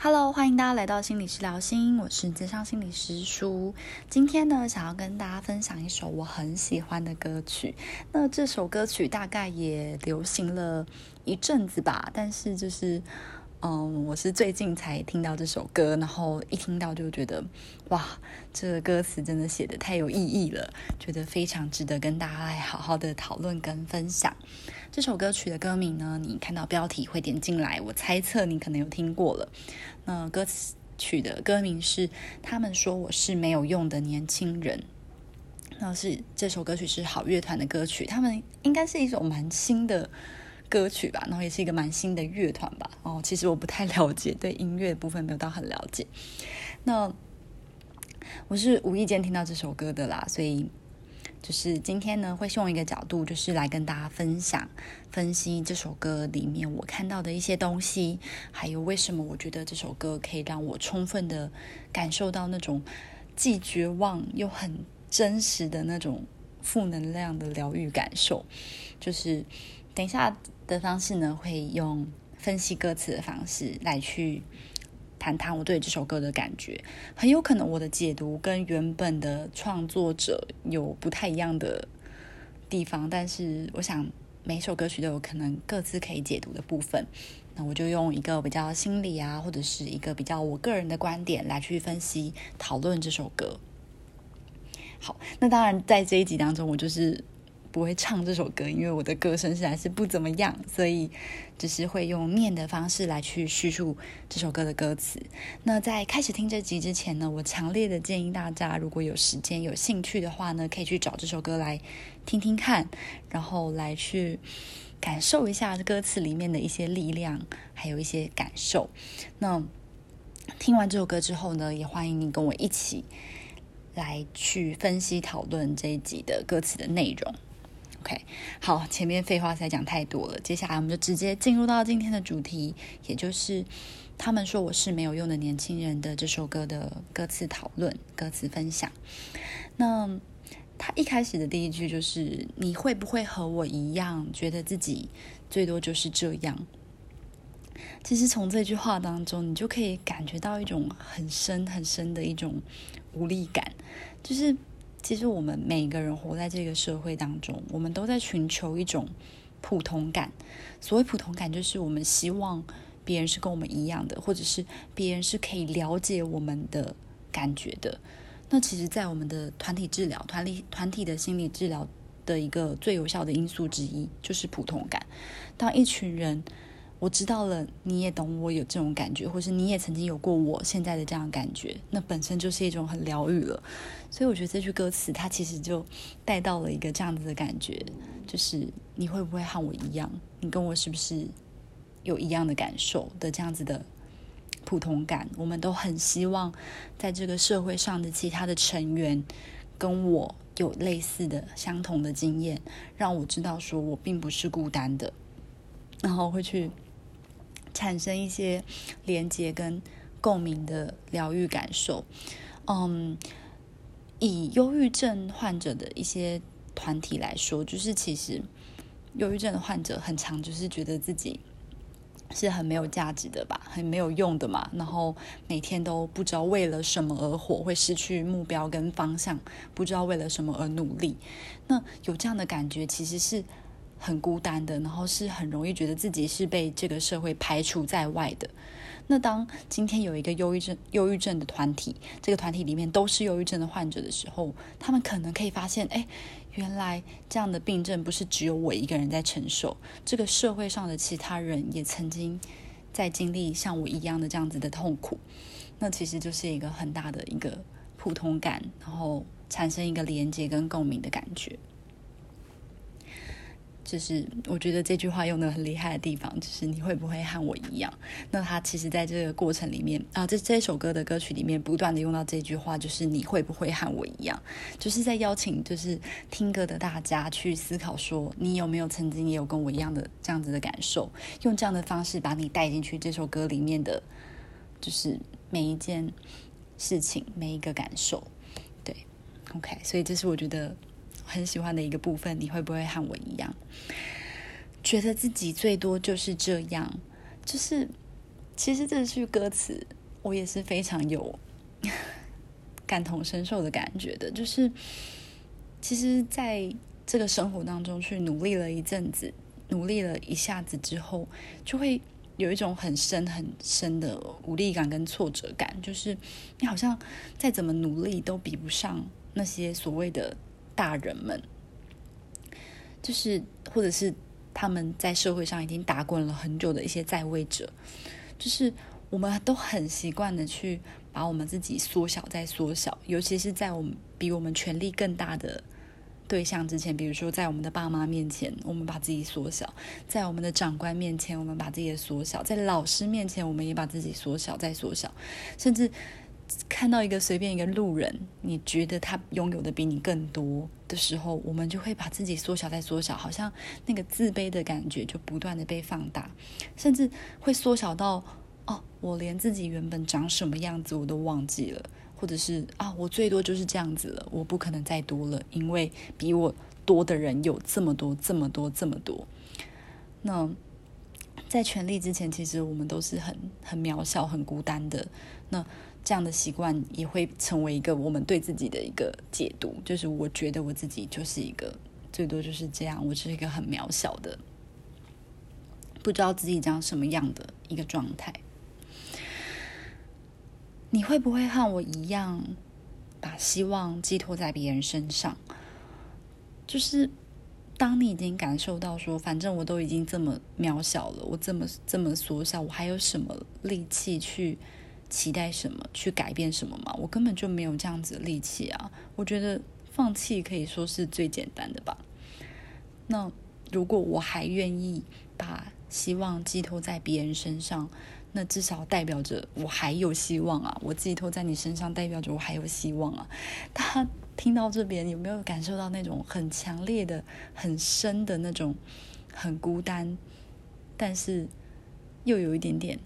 Hello， 欢迎大家来到心理师聊心，我是諮商心理师舒。今天呢，想要跟大家分享一首我很喜欢的歌曲。那这首歌曲大概也流行了一阵子吧，但是我是最近才听到这首歌，然后一听到就觉得哇，这个歌词真的写得太有意义了，觉得非常值得跟大家来好好的讨论跟分享。这首歌曲的歌名呢，你看到标题会点进来，我猜测你可能有听过了。那歌曲的歌名是他们说我是没有用的年轻人。那是这首歌曲是好乐团的歌曲，他们应该是一首蛮新的歌曲吧，然后也是一个蛮新的乐团吧。其实我不太了解，对音乐的部分没有到很了解。那我是无意间听到这首歌的啦，所以就是今天呢，会用一个角度，就是来跟大家分析这首歌里面我看到的一些东西，还有为什么我觉得这首歌可以让我充分的感受到那种既绝望又很真实的那种负能量的疗愈感受。就是等一下的方式呢，会用分析歌词的方式来去谈谈我对这首歌的感觉，很有可能我的解读跟原本的创作者有不太一样的地方，但是我想每首歌曲都有可能各自可以解读的部分，那我就用一个比较心理或者是一个比较我个人的观点来去分析讨论这首歌。好，那当然在这一集当中我就是不会唱这首歌，因为我的歌声实在是不怎么样，所以就是会用念的方式来去叙述这首歌的歌词。那在开始听这集之前呢，我强烈的建议大家，如果有时间有兴趣的话呢，可以去找这首歌来听听看，然后来去感受一下歌词里面的一些力量，还有一些感受。那听完这首歌之后呢，也欢迎你跟我一起来去分析讨论这一集的歌词的内容。OK， 好，前面废话才讲太多了，接下来我们就直接进入到今天的主题，也就是他们说我是没有用的年轻人的这首歌的歌词讨论、歌词分享。那他一开始的第一句就是你会不会和我一样觉得自己最多就是这样。其实从这句话当中你就可以感觉到一种很深很深的一种无力感，就是其实我们每个人活在这个社会当中，我们都在寻求一种普通感。所谓普通感，就是我们希望别人是跟我们一样的，或者是别人是可以了解我们的感觉的。那其实在我们的团体治疗、团体的心理治疗的一个最有效的因素之一就是普通感。当一群人我知道了你也懂我有这种感觉，或是你也曾经有过我现在的这样的感觉，那本身就是一种很疗愈了。所以我觉得这句歌词它其实就带到了一个这样子的感觉，就是你会不会和我一样，你跟我是不是有一样的感受的这样子的普通感。我们都很希望在这个社会上的其他的成员跟我有类似的相同的经验，让我知道说我并不是孤单的，然后会去产生一些连结跟共鸣的疗愈感受。以忧郁症患者的一些团体来说，就是其实忧郁症的患者很常就是觉得自己是很没有价值的吧，很没有用的嘛，然后每天都不知道为了什么而活，会失去目标跟方向，不知道为了什么而努力。那有这样的感觉其实是很孤单的，然后是很容易觉得自己是被这个社会排除在外的。那当今天有一个忧郁症的团体，这个团体里面都是忧郁症的患者的时候，他们可能可以发现，原来这样的病症不是只有我一个人在承受，这个社会上的其他人也曾经在经历像我一样的这样子的痛苦。那其实就是一个很大的一个普通感，然后产生一个连接跟共鸣的感觉。就是我觉得这句话用得很厉害的地方，就是你会不会和我一样。那他其实在这个过程里面这首歌的歌曲里面不断的用到这句话，就是你会不会和我一样，就是在邀请就是听歌的大家去思考说，你有没有曾经也有跟我一样的这样子的感受，用这样的方式把你带进去这首歌里面的就是每一件事情，每一个感受。对 OK， 所以这是我觉得很喜欢的一个部分。你会不会和我一样觉得自己最多就是这样？就是其实这句歌词我也是非常有感同身受的感觉的，就是其实在这个生活当中去努力了一阵子，努力了一下子之后，就会有一种很深很深的无力感跟挫折感，就是你好像再怎么努力都比不上那些所谓的大人们，就是或者是他们在社会上已经打滚了很久的一些在位者，就是我们都很习惯的去把我们自己缩小再缩小，尤其是在我们比我们权力更大的对象之前，比如说在我们的爸妈面前我们把自己缩小，在我们的长官面前我们把自己的缩小，在老师面前我们也把自己缩小再缩小，甚至看到随便一个路人，你觉得他拥有的比你更多的时候，我们就会把自己缩小再缩小，好像那个自卑的感觉就不断的被放大，甚至会缩小到我连自己原本长什么样子我都忘记了，或者是我最多就是这样子了，我不可能再多了，因为比我多的人有这么多这么多这么多。那在权力之前，其实我们都是很渺小很孤单的，那这样的习惯也会成为一个我们对自己的一个解读，就是我觉得我自己就是一个最多就是这样，我是一个很渺小的，不知道自己长什么样的一个状态。你会不会和我一样把希望寄托在别人身上？就是当你已经感受到说反正我都已经这么渺小了，我这么缩小，我还有什么力气去期待什么，去改变什么吗？我根本就没有这样子的力气啊。我觉得放弃可以说是最简单的吧。那如果我还愿意把希望寄托在别人身上，那至少代表着我还有希望啊，我寄托在你身上代表着我还有希望啊。大家听到这边有没有感受到那种很强烈的很深的那种很孤单，但是又有一点点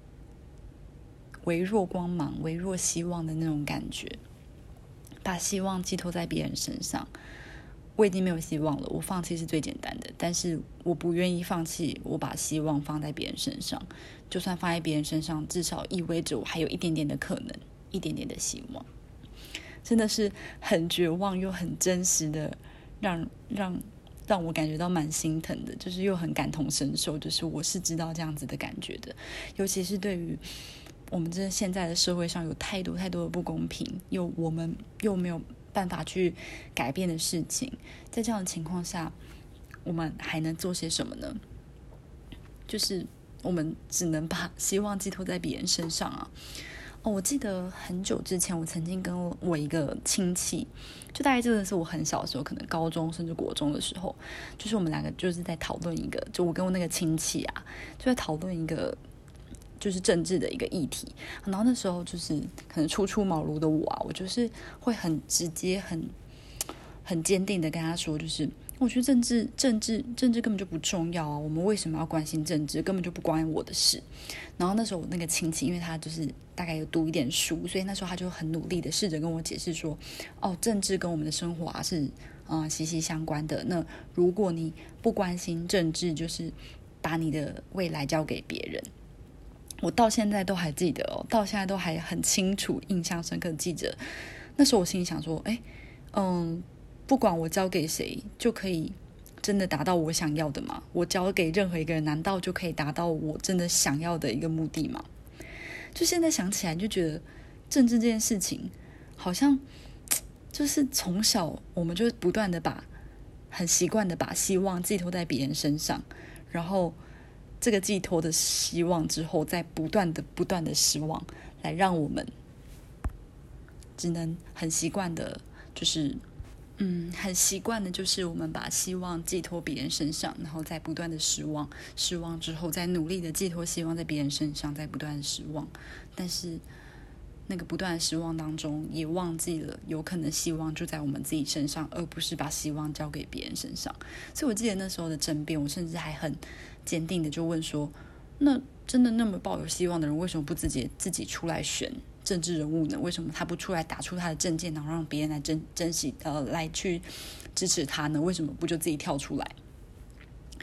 微弱光芒微弱希望的那种感觉？把希望寄托在别人身上，我已经没有希望了，我放弃是最简单的，但是我不愿意放弃我把希望放在别人身上，就算放在别人身上，至少意味着我还有一点点的可能，一点点的希望。真的是很绝望又很真实的，让我感觉到蛮心疼的，就是又很感同身受，就是我是知道这样子的感觉的，尤其是对于我们这现在的社会上有太多太多的不公平，我们又没有办法去改变的事情，在这样的情况下，我们还能做些什么呢？就是我们只能把希望寄托在别人身上啊。我记得很久之前，我曾经跟我一个亲戚，就大概真的是我很小的时候，可能高中甚至国中的时候，就是我们两个就是在讨论一个，就我跟我那个亲戚啊，就在讨论一个就是政治的一个议题。然后那时候就是可能初出茅庐的我啊，我就是会很直接很坚定的跟他说，就是我觉得政治根本就不重要啊，我们为什么要关心政治？根本就不关我的事。然后那时候我那个亲戚，因为他就是大概有读一点书，所以那时候他就很努力的试着跟我解释说，政治跟我们的生活是息息相关的。那如果你不关心政治，就是把你的未来交给别人。我到现在都还记得到现在都还很清楚，印象深刻的记着。那时候我心里想说，不管我交给谁，就可以真的达到我想要的吗？我交给任何一个人，难道就可以达到我真的想要的一个目的吗？就现在想起来，就觉得政治这件事情，好像就是从小我们就不断的很习惯的把希望寄托在别人身上，然后这个寄托的希望之后，再不断的失望，来让我们只能很习惯的，就是很习惯的就是我们把希望寄托别人身上，然后再不断的失望之后，再努力的寄托希望在别人身上，再不断的失望，但是那个不断的失望当中，也忘记了有可能希望就在我们自己身上，而不是把希望交给别人身上。所以我记得那时候的争辩，我甚至还很坚定的就问说，那真的那么抱有希望的人，为什么不自己出来选政治人物呢？为什么他不出来打出他的政见，然后让别人来去支持他呢？为什么不就自己跳出来？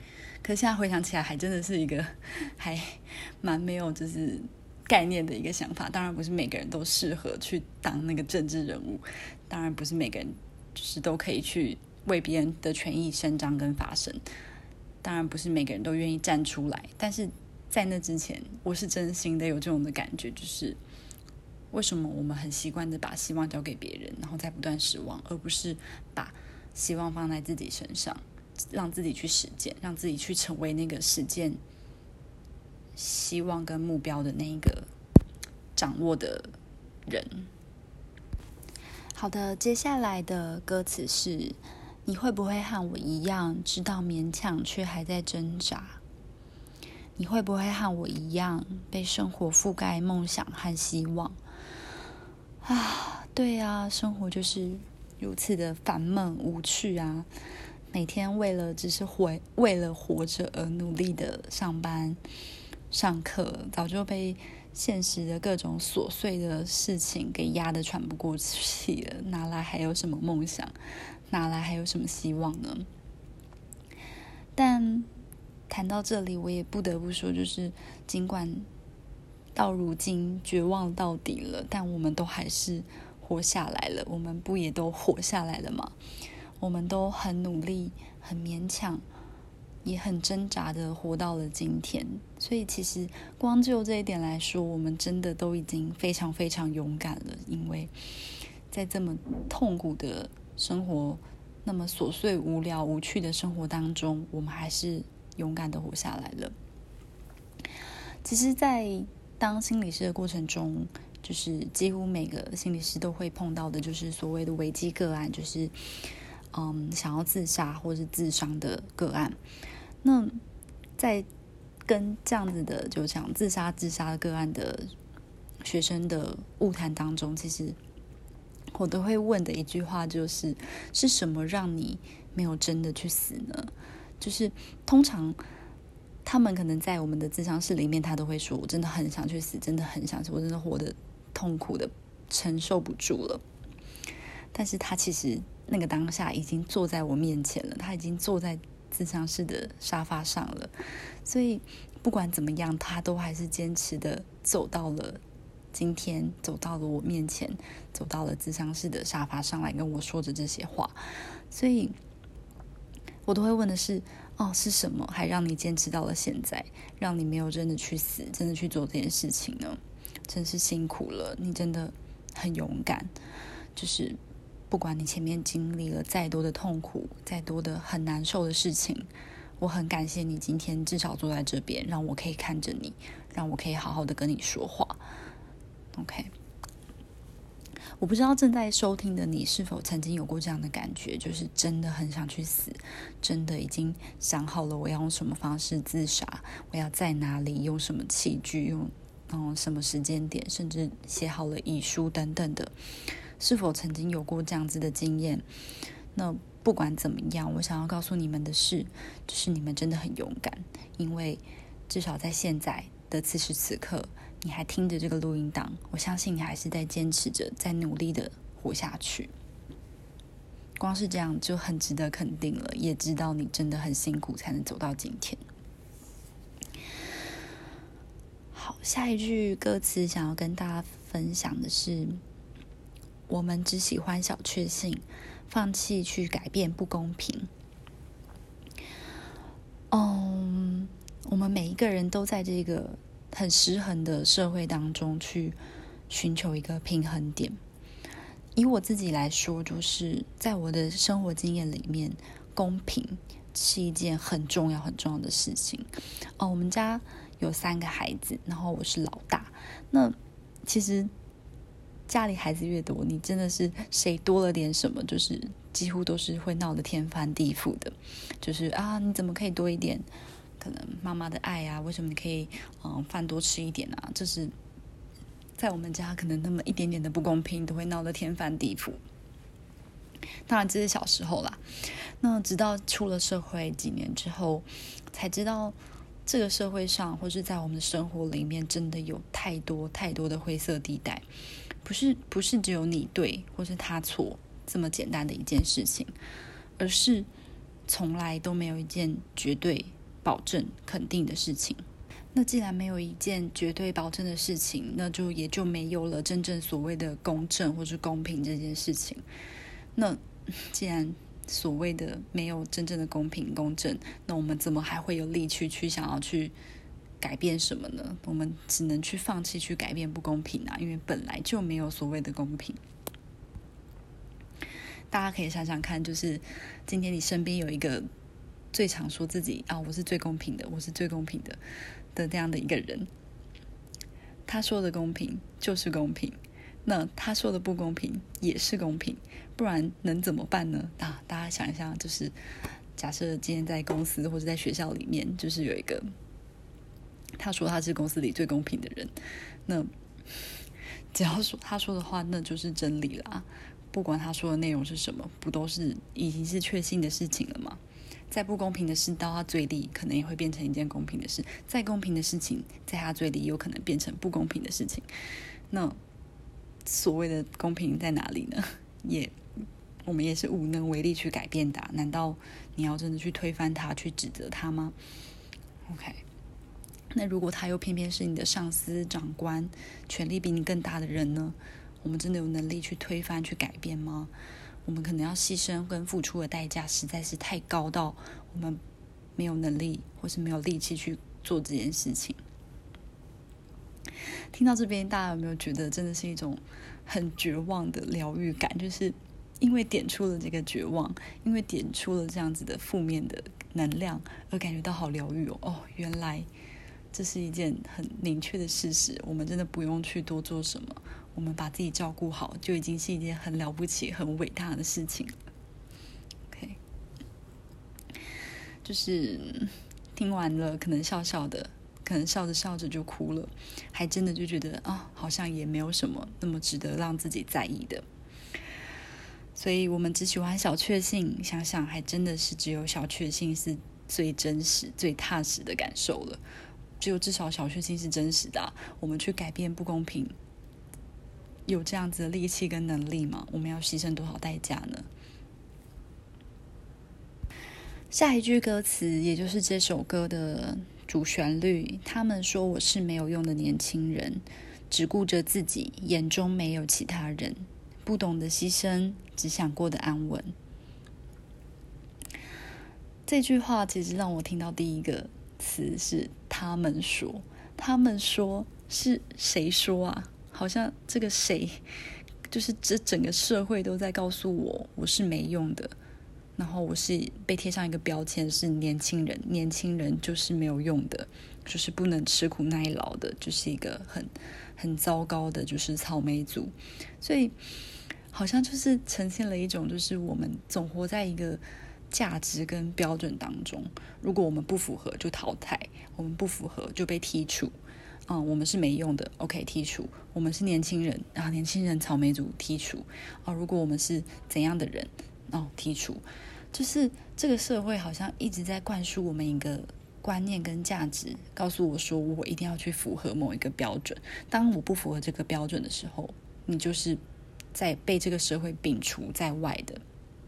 可是现在回想起来，还真的是一个还蛮没有就是概念的一个想法。当然不是每个人都适合去当那个政治人物，当然不是每个人就是都可以去为别人的权益伸张跟发声，当然不是每个人都愿意站出来。但是在那之前，我是真心的有这种的感觉，就是为什么我们很习惯的把希望交给别人，然后再不断失望，而不是把希望放在自己身上，让自己去实践，让自己去成为那个实践希望跟目标的那一个掌握的人。好的，接下来的歌词是：你会不会和我一样，知道勉强却还在挣扎？你会不会和我一样，被生活覆盖梦想和希望？对啊，生活就是如此的烦闷无趣啊！每天只是为了活着而努力的上班、上课，早就被现实的各种琐碎的事情给压得喘不过气了，哪来还有什么梦想？哪来还有什么希望呢？但谈到这里，我也不得不说，就是尽管到如今绝望到底了，但我们都还是活下来了。我们不也都活下来了吗？我们都很努力，很勉强，也很挣扎的活到了今天。所以其实光就这一点来说，我们真的都已经非常非常勇敢了。因为在这么痛苦的生活，那么琐碎无聊无趣的生活当中，我们还是勇敢的活下来了。其实在当心理师的过程中，就是几乎每个心理师都会碰到的，就是所谓的危机个案，就是想要自杀或是自伤的个案。那在跟这样子的就讲自杀的个案的学生的晤谈当中，其实我都会问的一句话就是什么让你没有真的去死呢？就是通常他们可能在我们的咨商室里面，他都会说我真的很想去死，真的很想死，我真的活得痛苦的承受不住了。但是他其实那个当下已经坐在我面前了，他已经坐在咨商室的沙发上了，所以不管怎么样，他都还是坚持的走到了今天，走到了我面前，走到了咨商室的沙发上来跟我说着这些话。所以我都会问的是是什么还让你坚持到了现在，让你没有真的去死，真的去做这件事情呢？真是辛苦了，你真的很勇敢。就是不管你前面经历了再多的痛苦，再多的很难受的事情，我很感谢你今天至少坐在这边，让我可以看着你，让我可以好好的跟你说话。 OK， 我不知道正在收听的你是否曾经有过这样的感觉，就是真的很想去死，真的已经想好了我要用什么方式自杀，我要在哪里，用什么器具，用什么时间点，甚至写好了遗书等等的。是否曾经有过这样子的经验？那不管怎么样，我想要告诉你们的是，就是你们真的很勇敢，因为至少在现在的此时此刻，你还听着这个录音档，我相信你还是在坚持着，在努力的活下去。光是这样就很值得肯定了，也知道你真的很辛苦才能走到今天。好，下一句歌词想要跟大家分享的是：我们只喜欢小确幸，放弃去改变不公平。我们每一个人都在这个很失衡的社会当中去寻求一个平衡点。以我自己来说，就是在我的生活经验里面，公平是一件很重要很重要的事情。我们家有3个孩子，然后我是老大。那其实家里孩子越多，你真的是谁多了点什么，就是几乎都是会闹得天翻地覆的。就是你怎么可以多一点可能妈妈的爱啊？为什么你可以饭多吃一点啊？就是在我们家可能那么一点点的不公平都会闹得天翻地覆。当然这是小时候啦，那直到出了社会几年之后，才知道这个社会上或是在我们的生活里面真的有太多太多的灰色地带，不是只有你对或是他错这么简单的一件事情，而是从来都没有一件绝对保证肯定的事情。那既然没有一件绝对保证的事情，那也就没有了真正所谓的公正或是公平这件事情。那既然所谓的没有真正的公平公正，那我们怎么还会有力气去想要去改变什么呢？我们只能去放弃去改变不公平啊，因为本来就没有所谓的公平。大家可以想想看，就是今天你身边有一个最常说自己我是最公平的，我是最公平的这样的一个人，他说的公平就是公平，那他说的不公平也是公平，不然能怎么办呢？大家想一下，就是假设今天在公司或者在学校里面，就是有一个他说他是公司里最公平的人，那只要说他说的话，那就是真理啦。不管他说的内容是什么，不都是已经是确信的事情了吗？再不公平的事到他嘴里可能也会变成一件公平的事，再公平的事情在他嘴里有可能变成不公平的事情。那所谓的公平在哪里呢？我们也是无能为力去改变的。难道你要真的去推翻他，去指责他吗？ OK， 那如果他又偏偏是你的上司、长官，权力比你更大的人呢？我们真的有能力去推翻、去改变吗？我们可能要牺牲跟付出的代价实在是太高到我们没有能力或是没有力气去做这件事情。听到这边，大家有没有觉得真的是一种很绝望的疗愈感？就是因为点出了这个绝望，因为点出了这样子的负面的能量，而感觉到好疗愈哦。原来这是一件很明确的事实，我们真的不用去多做什么，我们把自己照顾好就已经是一件很了不起很伟大的事情了。 OK， 就是听完了可能笑笑的，可能笑着笑着就哭了，还真的就觉得好像也没有什么那么值得让自己在意的。所以我们只喜欢小确幸，想想还真的是只有小确幸是最真实最踏实的感受了。只有至少小确幸是真实的我们去改变不公平有这样子的力气跟能力吗？我们要牺牲多少代价呢？下一句歌词，也就是这首歌的主旋律，他们说我是没有用的年轻人，只顾着自己，眼中没有其他人，不懂得牺牲，只想过得安稳。这句话其实让我听到第一个词是他们说，他们说是谁说啊？好像这个谁就是这整个社会都在告诉我是没用的，然后我是被贴上一个标签是年轻人，年轻人就是没有用的，就是不能吃苦耐劳的，就是一个很糟糕的就是草莓族。所以好像就是呈现了一种就是我们总活在一个价值跟标准当中，如果我们不符合就淘汰，我们不符合就被剔除。我们是没用的 OK 剔除，我们是年轻人年轻人草莓族剔除如果我们是怎样的人剔除。就是这个社会好像一直在灌输我们一个观念跟价值，告诉我说我一定要去符合某一个标准，当我不符合这个标准的时候，你就是在被这个社会摒除在外的。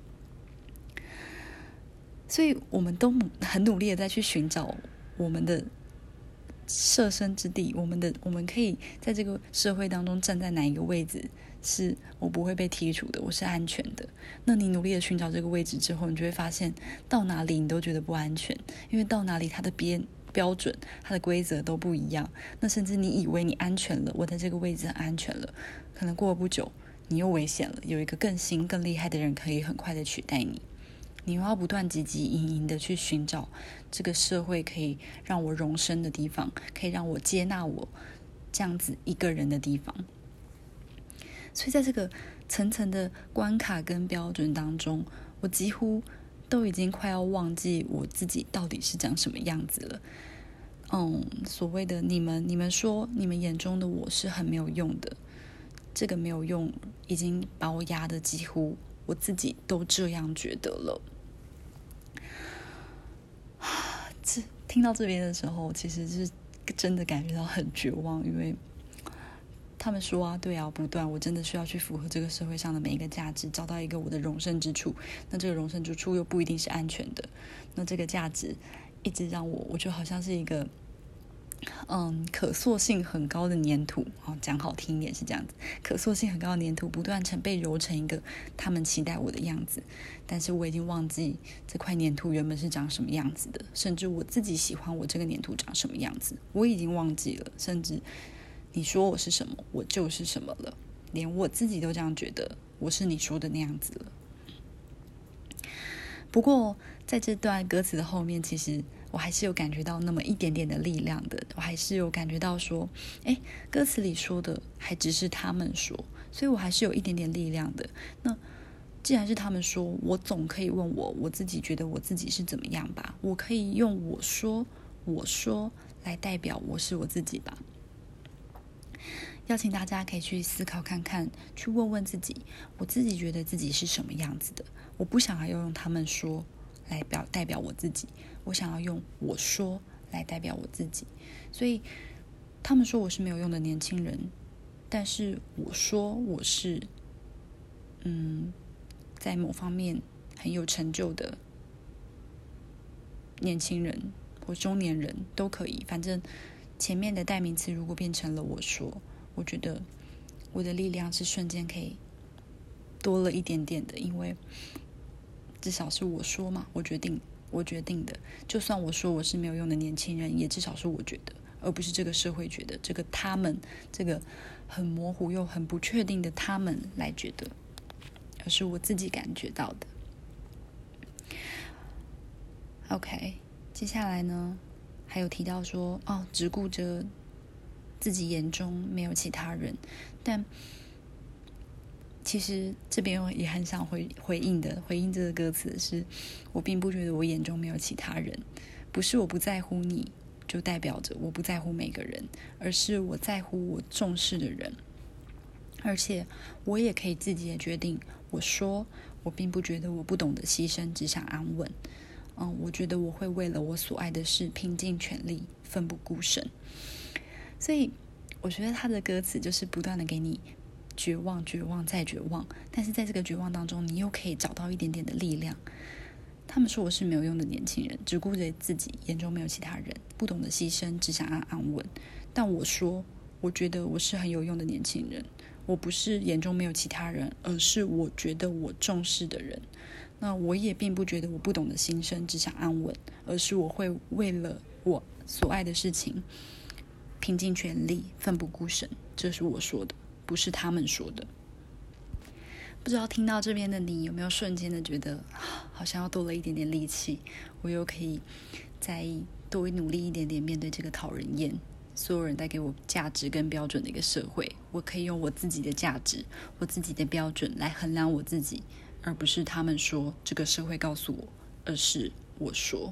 所以我们都很努力的在去寻找我们的设身之地，我们可以在这个社会当中站在哪一个位置是我不会被剔除的，我是安全的。那你努力的寻找这个位置之后，你就会发现到哪里你都觉得不安全，因为到哪里它的标准它的规则都不一样。那甚至你以为你安全了，我在这个位置很安全了，可能过了不久你又危险了，有一个更新更厉害的人可以很快的取代你，你又要不断汲汲营营的去寻找这个社会可以让我容身的地方，可以让我接纳我这样子一个人的地方。所以在这个层层的关卡跟标准当中，我几乎都已经快要忘记我自己到底是长什么样子了。所谓的你们说你们眼中的我是很没有用的，这个没有用已经把我压得几乎我自己都这样觉得了。听到这边的时候，其实是真的感觉到很绝望，因为他们说对不断，我真的需要去符合这个社会上的每一个价值，找到一个我的容身之处。那这个容身之处又不一定是安全的，那这个价值一直让我就好像是一个可塑性很高的粘土，讲好听一点是这样子，可塑性很高的粘土不断被揉成一个他们期待我的样子，但是我已经忘记这块粘土原本是长什么样子的，甚至我自己喜欢我这个粘土长什么样子，我已经忘记了，甚至你说我是什么，我就是什么了，连我自己都这样觉得我是你说的那样子了。不过在这段歌词的后面，其实我还是有感觉到那么一点点的力量的，我还是有感觉到说，歌词里说的还只是他们说，所以我还是有一点点力量的。那既然是他们说，我总可以问我自己觉得我自己是怎么样吧，我可以用我说来代表我是我自己吧。邀请大家可以去思考看看，去问问自己，我自己觉得自己是什么样子的。我不想要用他们说来代表我自己，我想要用我说来代表我自己。所以他们说我是没有用的年轻人，但是我说我是在某方面很有成就的年轻人或中年人都可以，反正前面的代名词如果变成了我说，我觉得我的力量是瞬间可以多了一点点的，因为至少是我说嘛，我决定的，就算我说我是没有用的年轻人，也至少是我觉得，而不是这个社会觉得，这个他们，这个很模糊又很不确定的他们来觉得，而是我自己感觉到的。OK， 接下来呢，还有提到说，只顾着自己眼中没有其他人，但其实这边也很想回应这个歌词是，我并不觉得我眼中没有其他人，不是我不在乎你就代表着我不在乎每个人，而是我在乎我重视的人，而且我也可以自己的决定。我说我并不觉得我不懂得牺牲，只想安稳。我觉得我会为了我所爱的事拼尽全力，奋不顾身。所以我觉得他的歌词就是不断的给你绝望再绝望，但是在这个绝望当中，你又可以找到一点点的力量。他们说我是没有用的年轻人，只顾着自己，眼中没有其他人，不懂得牺牲，只想安稳。但我说，我觉得我是很有用的年轻人，我不是眼中没有其他人，而是我觉得我重视的人。那我也并不觉得我不懂得牺牲，只想安稳，而是我会为了我所爱的事情拼尽全力，奋不顾身。这是我说的，不是他们说的。不知道听到这边的你有没有瞬间的觉得好像要多了一点点力气，我又可以再多努力一点点面对这个讨人厌，所有人带给我价值跟标准的一个社会，我可以用我自己的价值，我自己的标准来衡量我自己，而不是他们说这个社会告诉我，而是我说。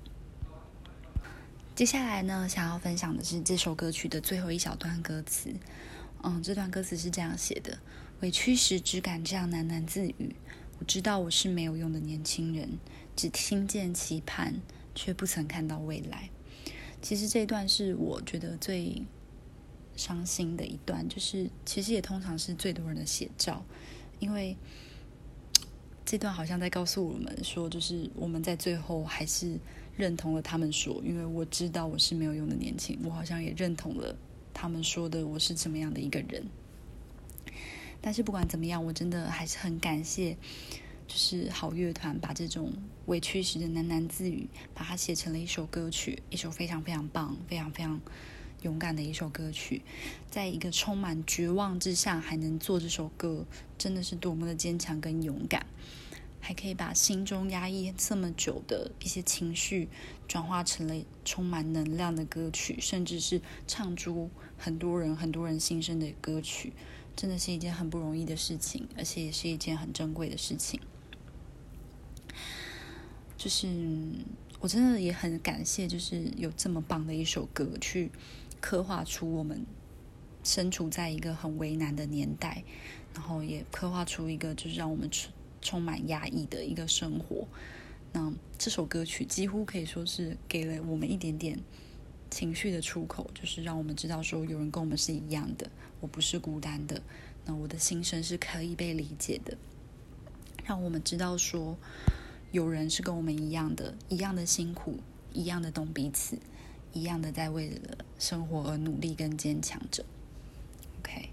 接下来呢，想要分享的是这首歌曲的最后一小段歌词。这段歌词是这样写的：委屈时只敢这样喃喃自语，我知道我是没有用的年轻人，只听见期盼，却不曾看到未来。其实这一段是我觉得最伤心的一段，就是其实也通常是最多人的写照，因为这段好像在告诉我们说，就是我们在最后还是认同了他们说，因为我知道我是没有用的年轻，我好像也认同了他们说的我是怎么样的一个人。但是不管怎么样，我真的还是很感谢就是好乐团把这种委屈时的喃喃自语把它写成了一首歌曲，一首非常非常棒非常非常勇敢的一首歌曲。在一个充满绝望之下还能做这首歌，真的是多么的坚强跟勇敢，还可以把心中压抑这么久的一些情绪转化成了充满能量的歌曲，甚至是唱出很多人心声的歌曲，真的是一件很不容易的事情，而且也是一件很珍贵的事情。就是我真的也很感谢，就是有这么棒的一首歌去刻画出我们身处在一个很为难的年代，然后也刻画出一个就是让我们充满压抑的一个生活。那这首歌曲几乎可以说是给了我们一点点情绪的出口，就是让我们知道说有人跟我们是一样的，我不是孤单的，那我的心声是可以被理解的，让我们知道说有人是跟我们一样的辛苦， 一样的懂彼此，一样的在为了生活而努力跟坚强着。OK，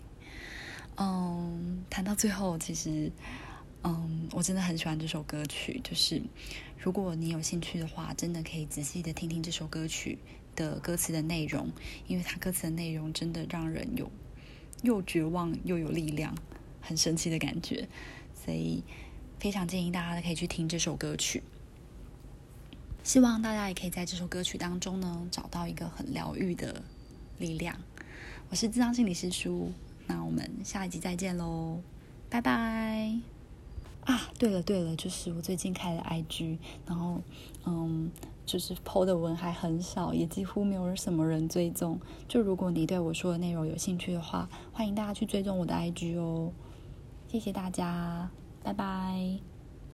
谈到最后，其实我真的很喜欢这首歌曲，就是如果你有兴趣的话，真的可以仔细的听听这首歌曲的歌词的内容，因为它歌词的内容真的让人有又绝望又有力量，很神奇的感觉，所以非常建议大家可以去听这首歌曲。希望大家也可以在这首歌曲当中呢，找到一个很疗愈的力量。我是諮商心理师舒，那我们下一集再见咯，拜拜。对了，就是我最近开了 IG， 然后就是 po 的文还很少，也几乎没有什么人追踪。就如果你对我说的内容有兴趣的话，欢迎大家去追踪我的 IG 哦。谢谢大家，拜拜。